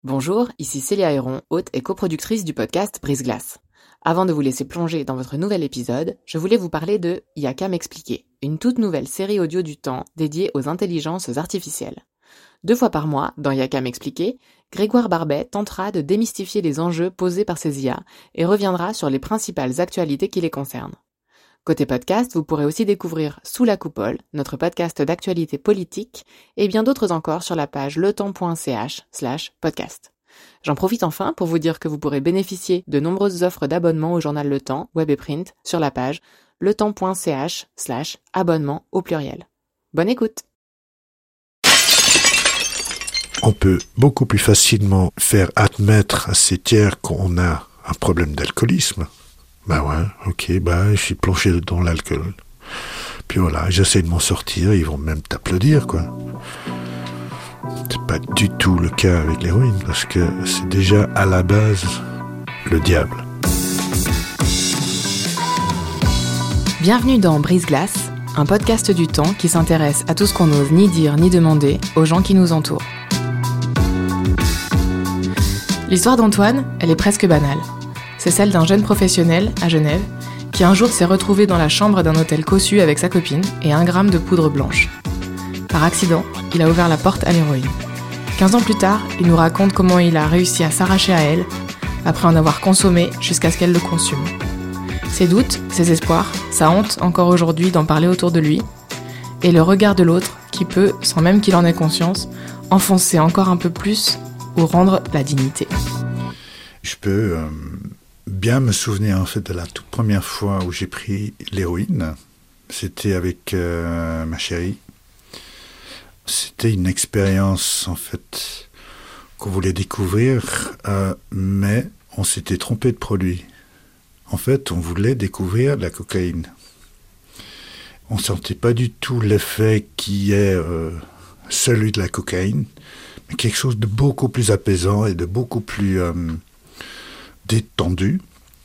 Bonjour, ici Célia Héron, hôte et coproductrice du podcast Brise-Glace. Avant de vous laisser plonger dans votre nouvel épisode, je voulais vous parler de Y'a qu'à m'expliquer, une toute nouvelle série audio du temps dédiée aux intelligences artificielles. 2 fois par mois, dans Y'a qu'à m'expliquer, Grégoire Barbet tentera de démystifier les enjeux posés par ces IA et reviendra sur les principales actualités qui les concernent. Côté podcast, vous pourrez aussi découvrir Sous la coupole, notre podcast d'actualité politique, et bien d'autres encore sur la page letemps.ch/podcast. J'en profite enfin pour vous dire que vous pourrez bénéficier de nombreuses offres d'abonnement au journal Le Temps, web et print, sur la page letemps.ch/abonnement au pluriel. Bonne écoute! On peut beaucoup plus facilement faire admettre à ces tiers qu'on a un problème d'alcoolisme. Bah ouais, ok, je suis plongé dans l'alcool. Puis voilà, j'essaie de m'en sortir, ils vont même t'applaudir, quoi. C'est pas du tout le cas avec l'héroïne, parce que c'est déjà à la base le diable. Bienvenue dans Brise-Glace, un podcast du temps qui s'intéresse à tout ce qu'on n'ose ni dire ni demander aux gens qui nous entourent. L'histoire d'Antoine, elle est presque banale. C'est celle d'un jeune professionnel, à Genève, qui un jour s'est retrouvé dans la chambre d'un hôtel cossu avec sa copine et 1 gramme de poudre blanche. Par accident, il a ouvert la porte à l'héroïne. 15 ans plus tard, il nous raconte comment il a réussi à s'arracher à elle, après en avoir consommé jusqu'à ce qu'elle le consume. Ses doutes, ses espoirs, sa honte encore aujourd'hui d'en parler autour de lui, et le regard de l'autre qui peut, sans même qu'il en ait conscience, enfoncer encore un peu plus ou rendre la dignité. Je peux bien me souvenir en fait de la toute première fois où j'ai pris l'héroïne. C'était avec ma chérie. C'était une expérience en fait qu'on voulait découvrir, mais on s'était trompé de produit. En fait, on voulait découvrir la cocaïne. On ne sentait pas du tout l'effet qui est celui de la cocaïne, mais quelque chose de beaucoup plus apaisant et de beaucoup plus détendu.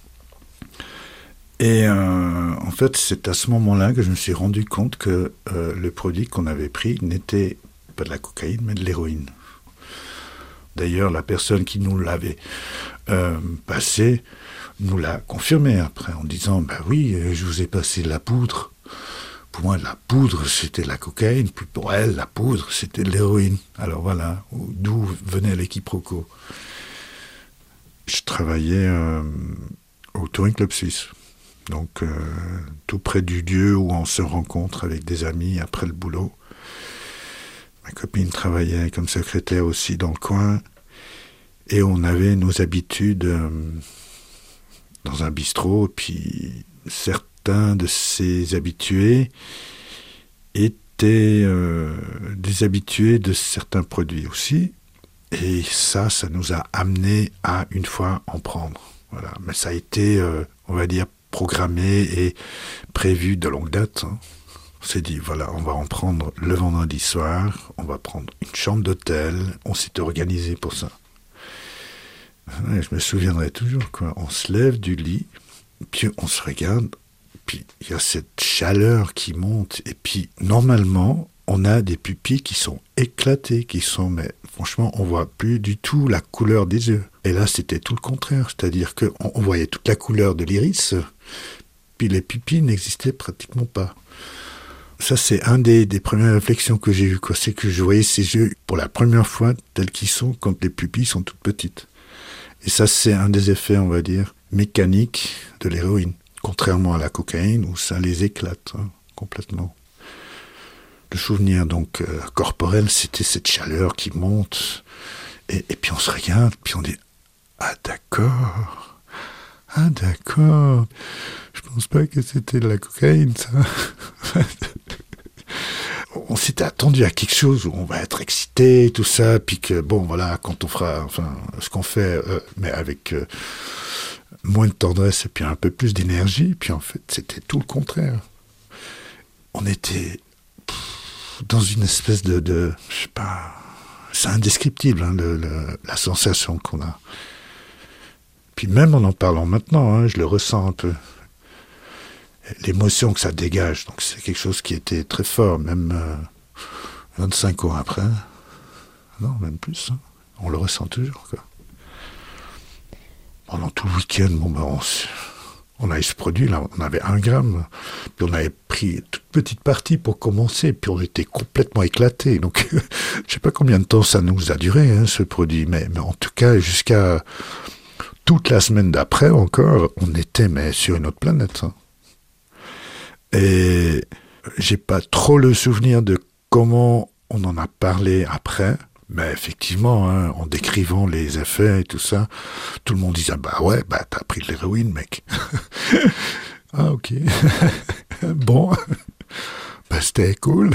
Et en fait, c'est à ce moment-là que je me suis rendu compte que le produit qu'on avait pris n'était pas de la cocaïne, mais de l'héroïne. D'ailleurs, la personne qui nous l'avait passé nous l'a confirmé après, en disant « oui, je vous ai passé la poudre. Pour moi, la poudre, c'était la cocaïne, puis pour elle, la poudre, c'était de l'héroïne. » Alors voilà, d'où venait les quiproquos. Je travaillais au Touring Club Suisse, donc tout près du lieu où on se rencontre avec des amis après le boulot. Ma copine travaillait comme secrétaire aussi dans le coin, et on avait nos habitudes dans un bistrot, puis certains de ces habitués étaient des habitués de certains produits aussi. Et ça nous a amené à une fois en prendre. Voilà. Mais ça a été, on va dire, programmé et prévu de longue date. On s'est dit, voilà, on va en prendre le vendredi soir, on va prendre une chambre d'hôtel, on s'est organisé pour ça. Ouais, je me souviendrai toujours, quoi. On se lève du lit, puis on se regarde, puis il y a cette chaleur qui monte, et puis normalement, on a des pupilles qui sont éclatées, mais franchement, on voit plus du tout la couleur des yeux. Et là, c'était tout le contraire, c'est-à-dire qu'on voyait toute la couleur de l'iris, puis les pupilles n'existaient pratiquement pas. Ça, c'est un des premières réflexions que j'ai eues, quoi. C'est que je voyais ces yeux pour la première fois tels qu'ils sont quand les pupilles sont toutes petites. Et ça, c'est un des effets, on va dire, mécaniques de l'héroïne, contrairement à la cocaïne où ça les éclate complètement. Le souvenir donc corporel, c'était cette chaleur qui monte, et puis on se regarde, puis on dit « Ah d'accord, je pense pas que c'était de la cocaïne, ça. » On s'était attendu à quelque chose où on va être excité, tout ça, puis que bon voilà, quand on fera ce qu'on fait, mais avec moins de tendresse et puis un peu plus d'énergie, puis en fait c'était tout le contraire. On était dans une espèce de je sais pas, c'est indescriptible la sensation qu'on a. Puis même en parlant maintenant, je le ressens un peu. L'émotion que ça dégage, donc c'est quelque chose qui était très fort, même 25 ans après. Non, même plus. On le ressent toujours, quoi. Pendant tout le week-end, on avait ce produit-là, on avait 1 gramme, puis on avait pris une toute petite partie pour commencer, puis on était complètement éclatés. Donc, je ne sais pas combien de temps ça nous a duré, ce produit, mais en tout cas, jusqu'à toute la semaine d'après encore, on était sur une autre planète. Et j'ai pas trop le souvenir de comment on en a parlé après. Mais effectivement, en décrivant les effets et tout ça, tout le monde disait t'as pris de l'héroïne, mec. Ah, ok. Bon, c'était cool.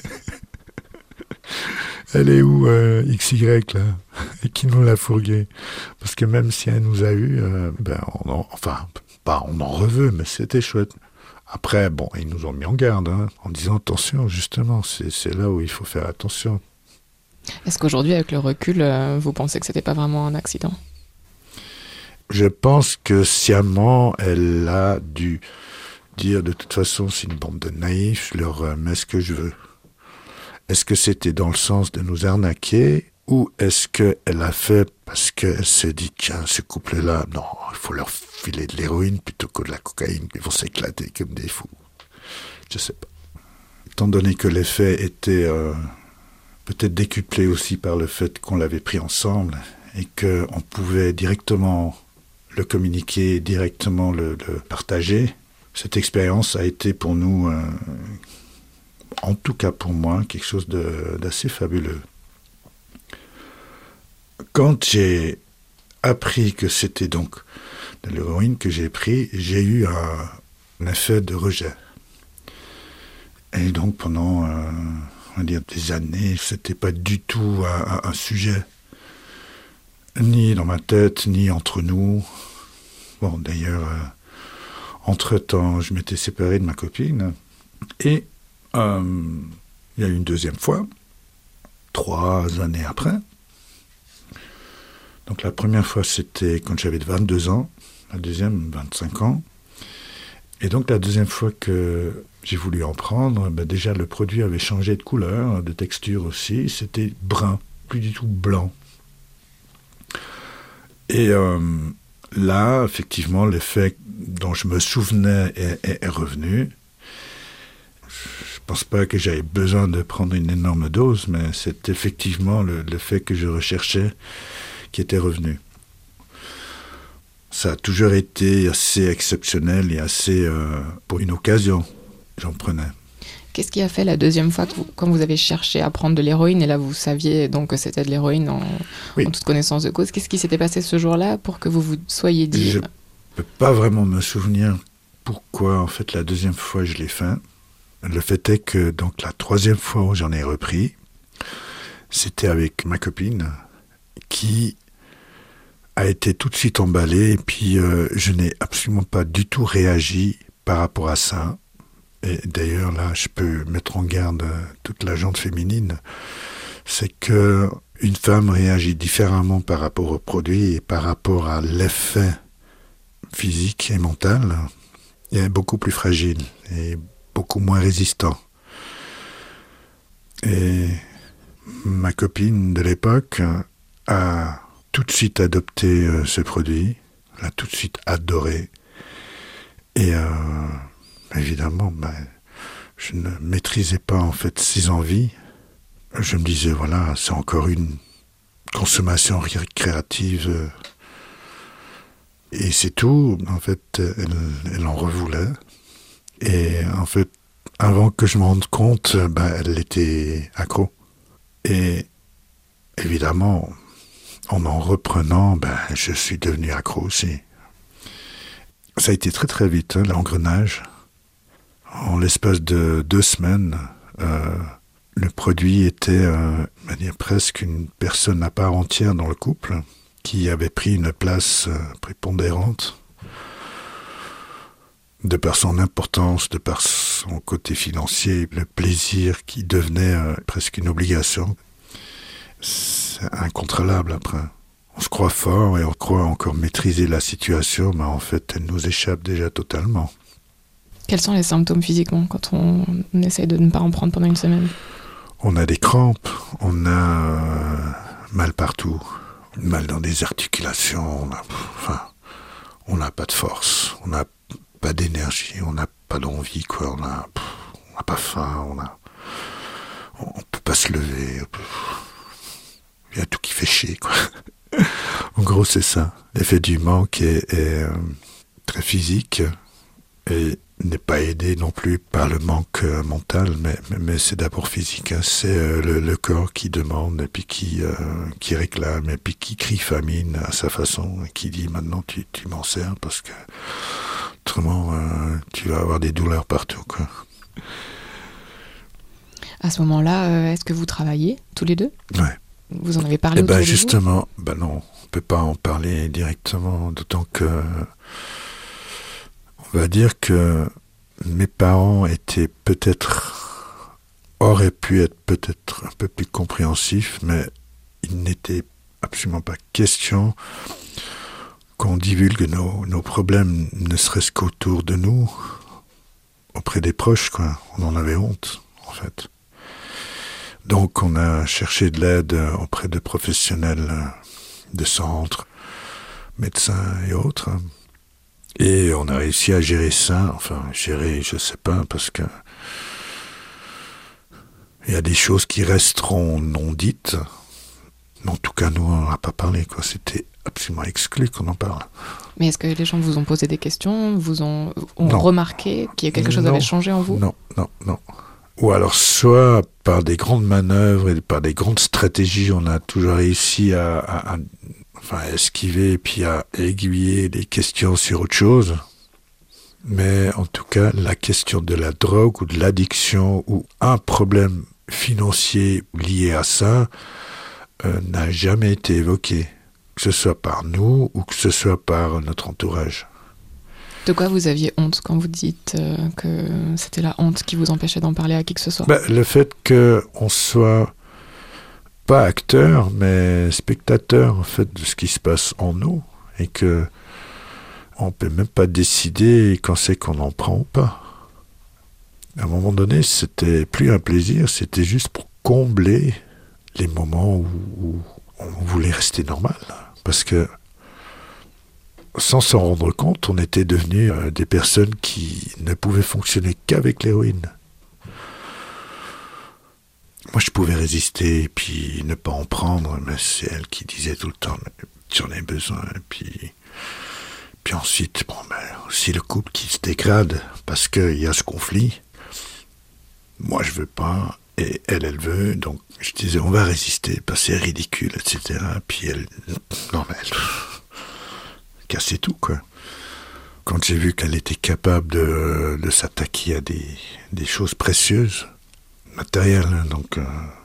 Elle est où XY là, et qui nous l'a fourguée? Parce que même si elle nous a eu, on en reveut, mais c'était chouette. Après, ils nous ont mis en garde, en disant attention, justement, c'est là où il faut faire attention. Est-ce qu'aujourd'hui, avec le recul, vous pensez que c'était pas vraiment un accident? Je pense que sciemment, elle a dû dire de toute façon, c'est une bande de naïfs, je leur mets ce que je veux. Est-ce que c'était dans le sens de nous arnaquer ou est-ce qu'elle a fait parce qu'elle s'est dit tiens, ce couple-là, non, il faut leur filer de l'héroïne plutôt que de la cocaïne, ils vont s'éclater comme des fous. Je sais pas. Étant donné que l'effet était peut-être décuplé aussi par le fait qu'on l'avait pris ensemble et qu'on pouvait directement le communiquer, directement le partager. Cette expérience a été pour nous, en tout cas pour moi, quelque chose d'assez fabuleux. Quand j'ai appris que c'était donc de l'héroïne que j'ai pris, j'ai eu un effet de rejet. Et donc pendant on va dire des années, c'était pas du tout un sujet, ni dans ma tête, ni entre nous. Bon, d'ailleurs, entre-temps, je m'étais séparé de ma copine, et il y a eu une deuxième fois, 3 années après. Donc la première fois, c'était quand j'avais 22 ans, la deuxième, 25 ans. Et donc la deuxième fois que j'ai voulu en prendre, déjà le produit avait changé de couleur, de texture aussi, c'était brun, plus du tout blanc. Et là, effectivement, l'effet dont je me souvenais est revenu. Je ne pense pas que j'avais besoin de prendre une énorme dose, mais c'est effectivement l'effet que je recherchais qui était revenu. Ça a toujours été assez exceptionnel et assez pour une occasion. J'en prenais. Qu'est-ce qui a fait la deuxième fois quand vous avez cherché à prendre de l'héroïne et là vous saviez donc que c'était de l'héroïne en toute connaissance de cause? Qu'est-ce qui s'était passé ce jour-là pour que vous vous soyez dit... Je ne peux pas vraiment me souvenir pourquoi en fait la deuxième fois je l'ai fait. Le fait est que donc la troisième fois où j'en ai repris, c'était avec ma copine qui a été tout de suite emballée et puis je n'ai absolument pas du tout réagi par rapport à ça. Et d'ailleurs, là, je peux mettre en garde toute la gente féminine, c'est que une femme réagit différemment par rapport au produit et par rapport à l'effet physique et mental. Elle est beaucoup plus fragile et beaucoup moins résistant. Et ma copine de l'époque a tout de suite adopté ce produit, l'a tout de suite adoré. Et évidemment, je ne maîtrisais pas en fait ses envies. Je me disais, voilà, c'est encore une consommation récréative. Et c'est tout. En fait, elle en revoulait. Et en fait, avant que je me rende compte, elle était accro. Et évidemment, en reprenant, je suis devenu accro aussi. Ça a été très très vite, l'engrenage. En l'espace de 2 semaines, le produit était presque une personne à part entière dans le couple, qui avait pris une place prépondérante, de par son importance, de par son côté financier, le plaisir qui devenait presque une obligation. C'est incontrôlable après. On se croit fort et on croit encore maîtriser la situation, mais en fait, elle nous échappe déjà totalement. Quels sont les symptômes physiquement quand on essaye de ne pas en prendre pendant une semaine? On a des crampes, on a mal partout, mal dans des articulations, on n'a pas de force, on n'a pas d'énergie, on n'a pas d'envie, quoi. On n'a pas faim, on peut pas se lever. Il y a tout qui fait chier, quoi. En gros, c'est ça. L'effet du manque est très physique et n'est pas aidé non plus par le manque mental, mais c'est d'abord physique. Hein. C'est le corps qui demande et puis qui réclame et puis qui crie famine à sa façon et qui dit maintenant tu m'en sers parce que autrement tu vas avoir des douleurs partout, quoi. À ce moment-là, est-ce que vous travaillez tous les deux ? Ouais. Vous en avez parlé autour de vous ? Justement, non, on peut pas en parler directement, d'autant que on va dire que mes parents auraient pu être peut-être un peu plus compréhensifs, mais il n'était absolument pas question qu'on divulgue nos problèmes, ne serait-ce qu'autour de nous, auprès des proches, quoi. On en avait honte, en fait. Donc on a cherché de l'aide auprès de professionnels de centres, médecins et autres. Et on a réussi à gérer ça. Enfin, gérer, je sais pas, parce que il y a des choses qui resteront non dites. En tout cas, nous, on n'en a pas parlé, quoi. C'était absolument exclu qu'on en parle. Mais est-ce que les gens vous ont posé des questions, vous ont remarqué qu'il y a quelque chose avait changé en vous ? Non. Ou alors, soit par des grandes manœuvres et par des grandes stratégies, on a toujours réussi à esquiver et puis à aiguiller les questions sur autre chose. Mais en tout cas, la question de la drogue ou de l'addiction ou un problème financier lié à ça n'a jamais été évoqué, que ce soit par nous ou que ce soit par notre entourage. De quoi vous aviez honte quand vous dites que c'était la honte qui vous empêchait d'en parler à qui que ce soit ? Le fait qu'on soit pas acteur, mais spectateur en fait de ce qui se passe en nous et que on peut même pas décider quand c'est qu'on en prend ou pas. À un moment donné, c'était plus un plaisir, c'était juste pour combler les moments où on voulait rester normal, parce que sans s'en rendre compte, on était devenus des personnes qui ne pouvaient fonctionner qu'avec l'héroïne. Moi, je pouvais résister et puis ne pas en prendre, mais c'est elle qui disait tout le temps « j'en ai besoin ». Et puis ensuite, si le couple qui se dégrade parce qu'il y a ce conflit, moi, je veux pas et elle veut, donc je disais « on va résister, parce que c'est ridicule, etc. » Puis elle cassait tout, quoi. Quand j'ai vu qu'elle était capable de s'attaquer à des choses précieuses, matérielles, donc...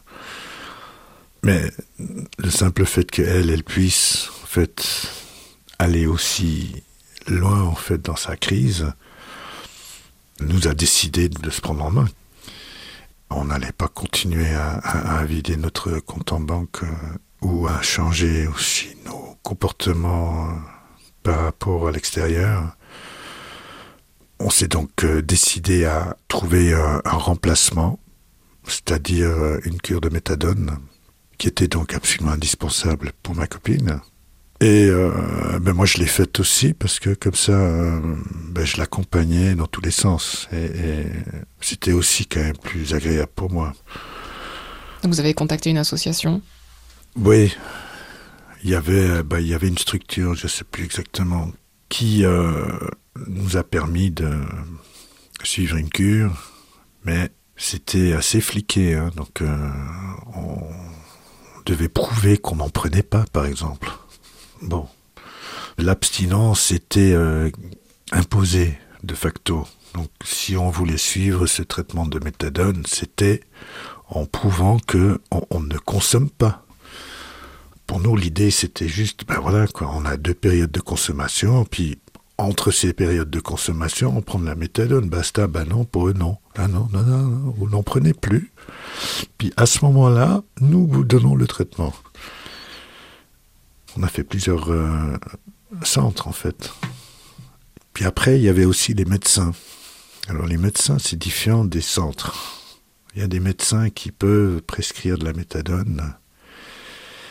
Mais le simple fait qu'elle puisse, en fait, aller aussi loin, en fait, dans sa crise, nous a décidé de se prendre en main. On n'allait pas continuer à vider notre compte en banque ou à changer aussi nos comportements par rapport à l'extérieur. On s'est donc décidé à trouver un remplacement, c'est-à-dire une cure de méthadone, qui était donc absolument indispensable pour ma copine. Et moi, je l'ai faite aussi, parce que comme ça, je l'accompagnais dans tous les sens. Et c'était aussi quand même plus agréable pour moi. Donc vous avez contacté une association ? Oui. Il y avait une structure, je ne sais plus exactement, qui nous a permis de suivre une cure, mais c'était assez fliqué. Hein, donc on devait prouver qu'on n'en prenait pas, par exemple. Bon, l'abstinence était imposée de facto. Donc, si on voulait suivre ce traitement de méthadone, c'était en prouvant qu'on ne consomme pas. Pour nous, l'idée, c'était juste, on a 2 périodes de consommation, puis entre ces périodes de consommation, on prend de la méthadone, basta, non, pour eux, non. Ah non, vous n'en prenez plus. Puis à ce moment-là, nous vous donnons le traitement. On a fait plusieurs centres, en fait. Puis après, il y avait aussi les médecins. Alors les médecins, c'est différent des centres. Il y a des médecins qui peuvent prescrire de la méthadone,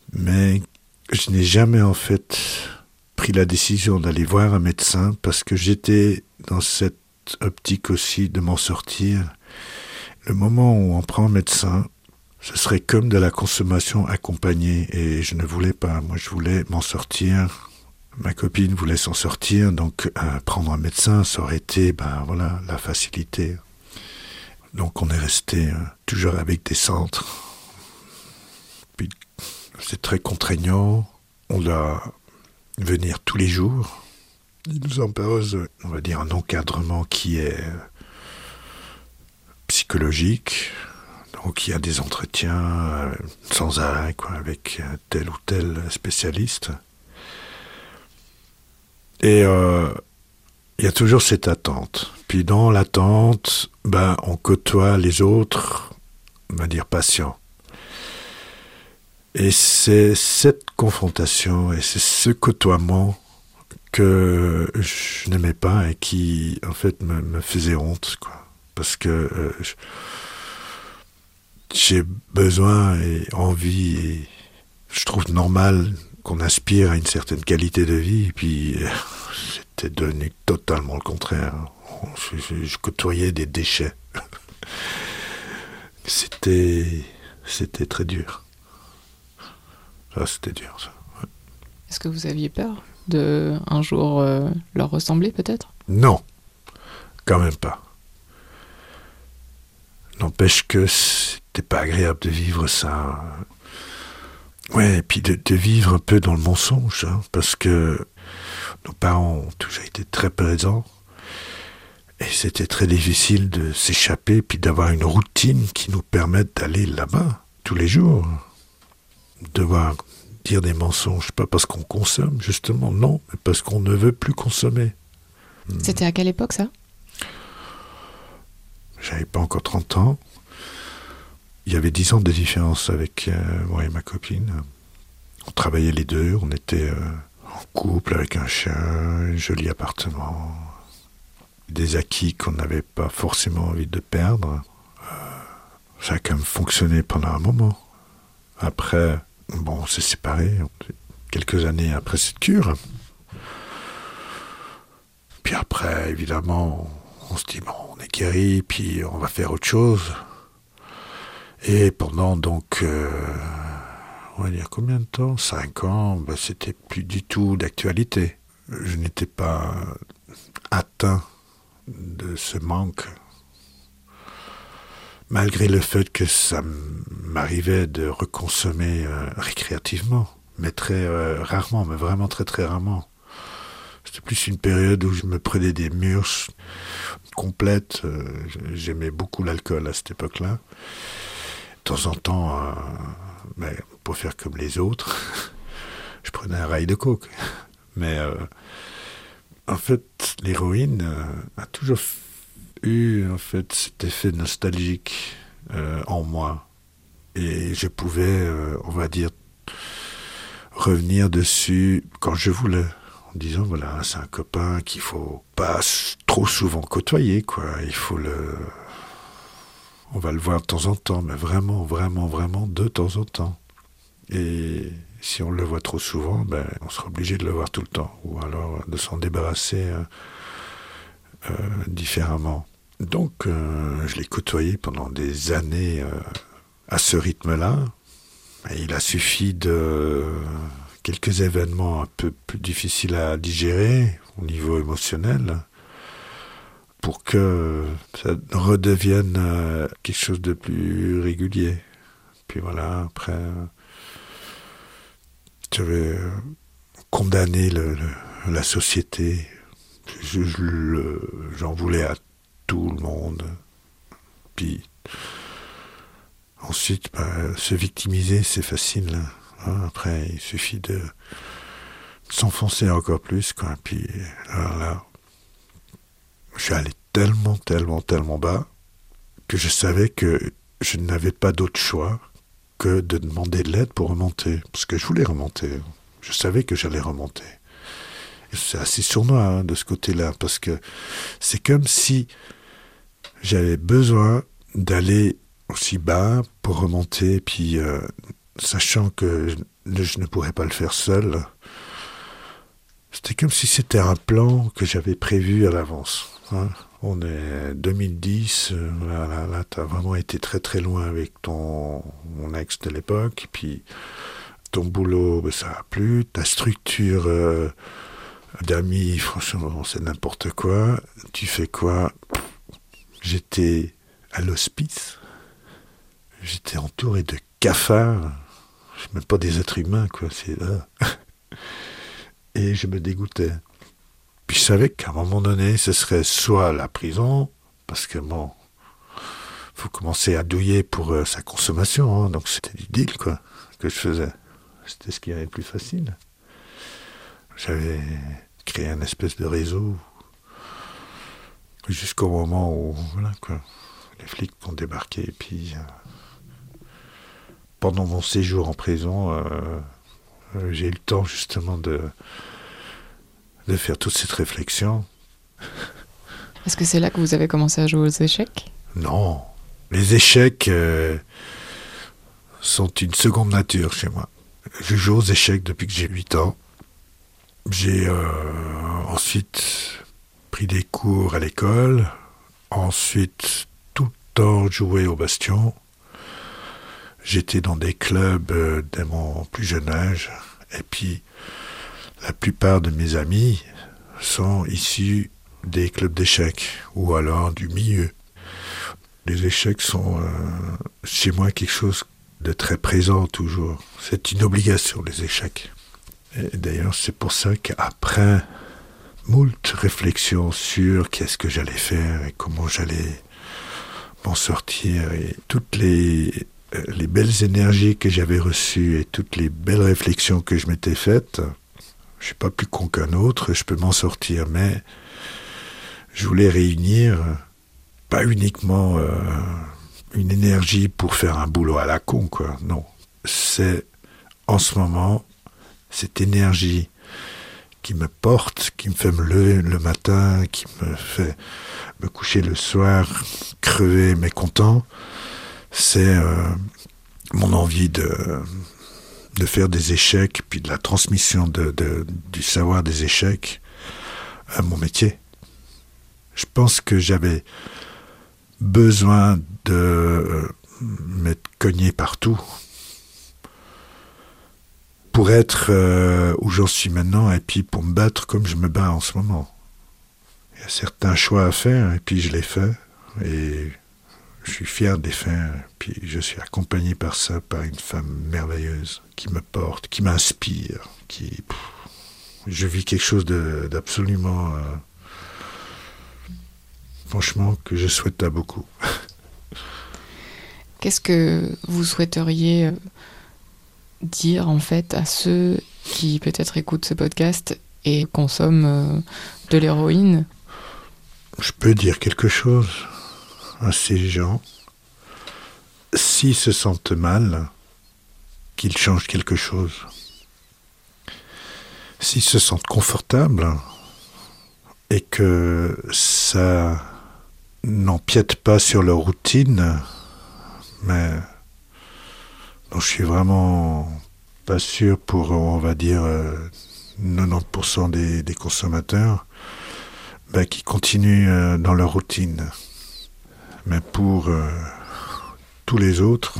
Mais je n'ai jamais en fait pris la décision d'aller voir un médecin parce que j'étais dans cette optique aussi de m'en sortir. Le moment où on prend un médecin, ce serait comme de la consommation accompagnée et je ne voulais pas. Moi, je voulais m'en sortir. Ma copine voulait s'en sortir, donc prendre un médecin, ça aurait été la facilité. Donc on est resté toujours avec des centres. Puis c'est très contraignant. On doit venir tous les jours. Il nous impose, on va dire, un encadrement qui est psychologique. Donc il y a des entretiens sans arrêt avec tel ou tel spécialiste. Et il y a toujours cette attente. Puis dans l'attente, on côtoie les autres, on va dire patients. Et c'est cette confrontation et c'est ce côtoiement que je n'aimais pas et qui, en fait, me faisait honte, quoi. Parce que j'ai besoin et envie et je trouve normal qu'on aspire à une certaine qualité de vie, et puis c'était devenu totalement le contraire. Je côtoyais des déchets. C'était très dur. Ça, c'était dur, ça. Ouais. Est-ce que vous aviez peur de un jour leur ressembler, peut-être ? Non, quand même pas. N'empêche que c'était pas agréable de vivre ça. Ouais, et puis de vivre un peu dans le mensonge, parce que nos parents ont toujours été très présents, et c'était très difficile de s'échapper, puis d'avoir une routine qui nous permette d'aller là-bas, tous les jours. Devoir dire des mensonges, pas parce qu'on consomme, justement, non, mais parce qu'on ne veut plus consommer. C'était à quelle époque, ça ? J'avais pas encore 30 ans. Il y avait 10 ans de différence avec moi et ma copine. On travaillait les deux, on était en couple avec un chien, un joli appartement. Des acquis qu'on n'avait pas forcément envie de perdre. Ça a quand même fonctionné pendant un moment. Après, on s'est séparés quelques années après cette cure. Puis après, évidemment, on se dit, on est guéri, puis on va faire autre chose. Et pendant donc, on va dire combien de temps ? 5 ans, c'était plus du tout d'actualité. Je n'étais pas atteint de ce manque. Malgré le fait que ça m'arrivait de reconsommer récréativement, mais très rarement, mais vraiment très très rarement. C'était plus une période où je me prenais des murs complètes. J'aimais beaucoup l'alcool à cette époque-là. De temps en temps, pour faire comme les autres, je prenais un rail de coke. Mais en fait, l'héroïne a toujours eu en fait cet effet nostalgique en moi. Et je pouvais, on va dire, revenir dessus quand je voulais. En disant, voilà, c'est un copain qu'il faut pas trop souvent côtoyer, quoi. Il faut on va le voir de temps en temps, mais vraiment, vraiment, vraiment de temps en temps. Et si on le voit trop souvent, on sera obligé de le voir tout le temps, ou alors de s'en débarrasser différemment. Donc, je l'ai côtoyé pendant des années à ce rythme-là. Et il a suffi de quelques événements un peu plus difficiles à digérer au niveau émotionnel pour que ça redevienne quelque chose de plus régulier. Puis voilà, après, j'avais condamné la société. J'en voulais à tout le monde. Puis ensuite, se victimiser, c'est facile. Après, il suffit de s'enfoncer encore plus, quoi. Puis là, je suis allé tellement, tellement, tellement bas que je savais que je n'avais pas d'autre choix que de demander de l'aide pour remonter. Parce que je voulais remonter. Je savais que j'allais remonter. Et c'est assez sournois de ce côté-là, parce que c'est comme si j'avais besoin d'aller aussi bas pour remonter, puis sachant que je ne pourrais pas le faire seul. C'était comme si c'était un plan que j'avais prévu à l'avance. Hein. On est 2010, là tu as vraiment été très très loin avec mon ex de l'époque, et puis ton boulot, ben, ça va plus, ta structure d'amis, franchement, c'est n'importe quoi. Tu fais quoi? J'étais à l'hospice, j'étais entouré de cafards, même pas des êtres humains, quoi, c'est là. Et je me dégoûtais. Puis je savais qu'à un moment donné, ce serait soit la prison, parce que bon, faut commencer à douiller pour sa consommation, hein, donc c'était du deal, quoi, que je faisais. C'était ce qui était le plus facile. J'avais créé un espèce de réseau, jusqu'au moment où, voilà, quoi, les flics vont débarquer, et puis pendant mon séjour en prison, j'ai eu le temps justement de faire toute cette réflexion. Est-ce que c'est là que vous avez commencé à jouer aux échecs? Non, les échecs sont une seconde nature chez moi. Je joue aux échecs depuis que j'ai 8 ans. J'ai ensuite pris des cours à l'école, ensuite tout le temps joué au bastion. J'étais dans des clubs dès mon plus jeune âge, et puis la plupart de mes amis sont issus des clubs d'échecs, ou alors du milieu. Les échecs sont chez moi quelque chose de très présent toujours. C'est une obligation, les échecs. Et d'ailleurs, c'est pour ça qu'après moult réflexions sur qu'est-ce que j'allais faire et comment j'allais m'en sortir, et toutes les belles énergies que j'avais reçues et toutes les belles réflexions que je m'étais faites, je suis pas plus con qu'un autre, je peux m'en sortir, mais je voulais réunir pas uniquement une énergie pour faire un boulot à la con, quoi. Non, c'est en ce moment cette énergie qui me porte, qui me fait me lever le matin, qui me fait me coucher le soir, crevé, mécontent. C'est mon envie de faire des échecs, puis de la transmission du savoir des échecs à mon métier. Je pense que j'avais besoin de m'être cogné partout pour être où j'en suis maintenant, et puis pour me battre comme je me bats en ce moment. Il y a certains choix à faire, et puis je les fais, et je suis fier de les faire, puis je suis accompagné par ça, par une femme merveilleuse qui me porte, qui m'inspire, je vis quelque chose d'absolument, franchement, que je souhaite à beaucoup. Qu'est-ce que vous souhaiteriez dire en fait à ceux qui peut-être écoutent ce podcast et consomment de l'héroïne? Je peux dire quelque chose à ces gens. S'ils se sentent mal, qu'ils changent quelque chose. S'ils se sentent confortables et que ça n'empiète pas sur leur routine, mais donc je suis vraiment pas sûr pour, on va dire, 90% des consommateurs, qui continuent dans leur routine. Mais pour tous les autres,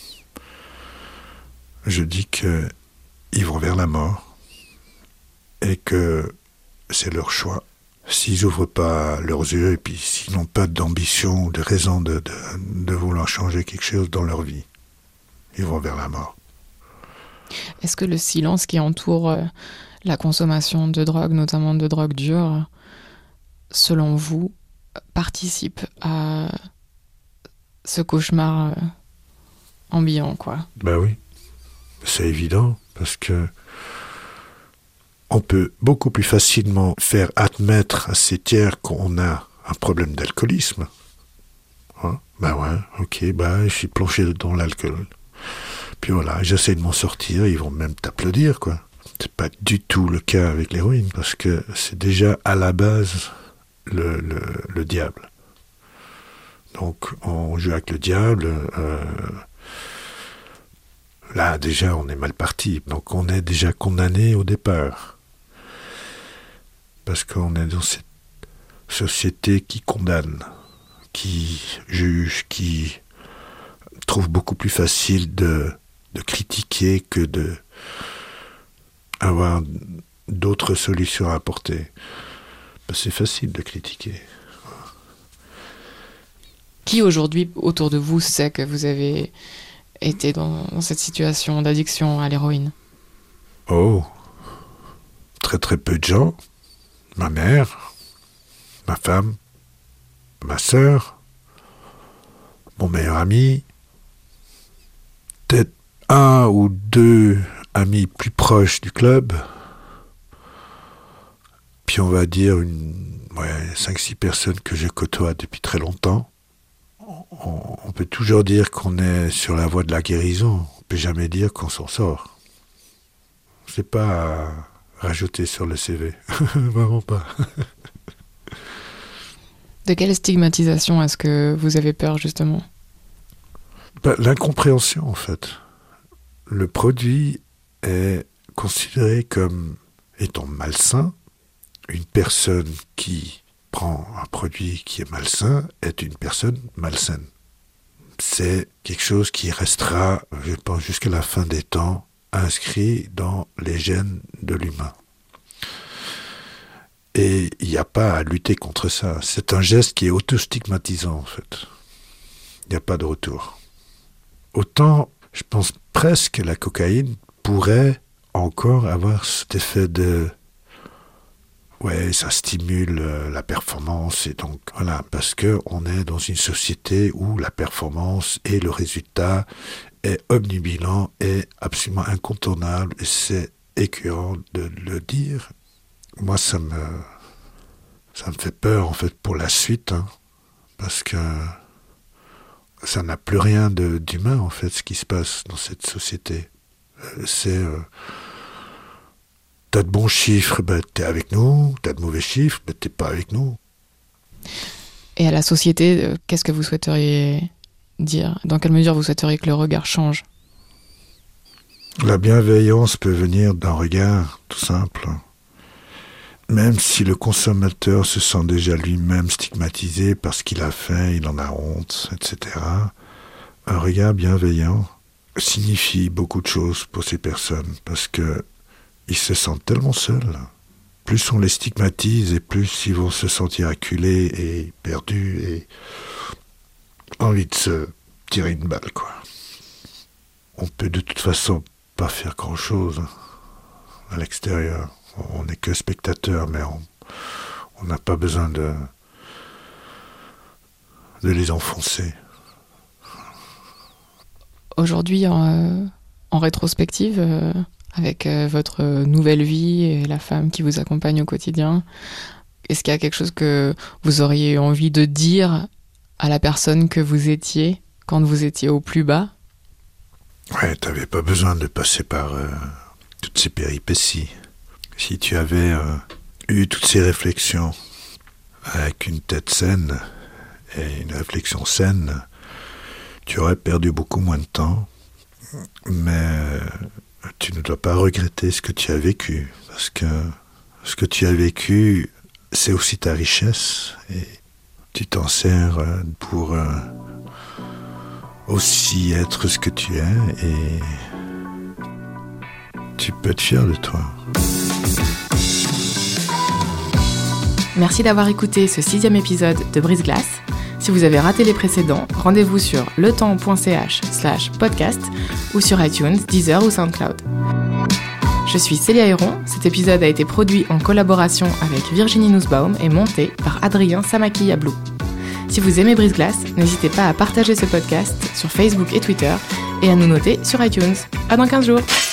je dis qu'ils vont vers la mort et que c'est leur choix. S'ils n'ouvrent pas leurs yeux et puis s'ils n'ont pas d'ambition ou de raison de vouloir changer quelque chose dans leur vie, ils vont vers la mort. Est-ce que le silence qui entoure la consommation de drogue, notamment de drogue dure, selon vous, participe à ce cauchemar ambiant, quoi? Ben oui, c'est évident, parce que on peut beaucoup plus facilement faire admettre à ces tiers qu'on a un problème d'alcoolisme. Hein? Ben ouais, ok, je suis plongé dans l'alcool. Puis voilà, j'essaie de m'en sortir, ils vont même t'applaudir, quoi. C'est pas du tout le cas avec l'héroïne, parce que c'est déjà à la base le diable. Donc on joue avec le diable, là déjà on est mal parti. Donc on est déjà condamné au départ. Parce qu'on est dans cette société qui condamne, qui juge, qui trouve beaucoup plus facile de critiquer que de avoir d'autres solutions à apporter. C'est facile de critiquer. Qui aujourd'hui autour de vous sait que vous avez été dans cette situation d'addiction à l'héroïne? Oh, très très peu de gens. Ma mère, ma femme, ma sœur, mon meilleur ami, peut-être 1 ou 2 amis plus proches du club, puis on va dire 5-6 personnes que je côtoie depuis très longtemps. On peut toujours dire qu'on est sur la voie de la guérison, on peut jamais dire qu'on s'en sort. C'est pas à rajouter sur le CV, vraiment pas. De quelle stigmatisation est-ce que vous avez peur, justement? L'incompréhension, en fait. Le produit est considéré comme étant malsain. Une personne qui prend un produit qui est malsain est une personne malsaine. C'est quelque chose qui restera, je pense, jusqu'à la fin des temps, inscrit dans les gènes de l'humain. Et il n'y a pas à lutter contre ça. C'est un geste qui est auto-stigmatisant, en fait. Il n'y a pas de retour. Autant, je pense presque que la cocaïne pourrait encore avoir cet effet de... Ouais, ça stimule la performance. Et donc, voilà, parce qu'on est dans une société où la performance et le résultat est omnibilant, est absolument incontournable. Et c'est écœurant de le dire. Moi, ça me fait peur, en fait, pour la suite, parce que ça n'a plus rien d'humain, en fait, ce qui se passe dans cette société. T'as de bons chiffres, t'es avec nous, t'as de mauvais chiffres, t'es pas avec nous. Et à la société, qu'est-ce que vous souhaiteriez dire? Dans quelle mesure vous souhaiteriez que le regard change? La bienveillance peut venir d'un regard, tout simple. Même si le consommateur se sent déjà lui-même stigmatisé parce qu'il a faim, il en a honte, etc., un regard bienveillant signifie beaucoup de choses pour ces personnes, parce que ils se sentent tellement seuls. Plus on les stigmatise et plus ils vont se sentir acculés et perdus et envie de se tirer une balle, quoi. On peut de toute façon pas faire grand-chose à l'extérieur. On n'est que spectateur, mais on n'a pas besoin de les enfoncer. Aujourd'hui, en rétrospective, avec votre nouvelle vie et la femme qui vous accompagne au quotidien, est-ce qu'il y a quelque chose que vous auriez envie de dire à la personne que vous étiez quand vous étiez au plus bas? Ouais, t'avais pas besoin de passer par toutes ces péripéties. Si tu avais eu toutes ces réflexions avec une tête saine et une réflexion saine, tu aurais perdu beaucoup moins de temps, mais tu ne dois pas regretter ce que tu as vécu, parce que ce que tu as vécu, c'est aussi ta richesse, et tu t'en sers pour aussi être ce que tu es, et tu peux être fier de toi. Merci d'avoir écouté ce 6e épisode de Brise-Glace. Si vous avez raté les précédents, rendez-vous sur letemps.ch/podcast ou sur iTunes, Deezer ou SoundCloud. Je suis Célia Héron. Cet épisode a été produit en collaboration avec Virginie Nussbaum et monté par Adrien Samaki-Yablou. Si vous aimez Brise-Glace, n'hésitez pas à partager ce podcast sur Facebook et Twitter et à nous noter sur iTunes. À dans 15 jours.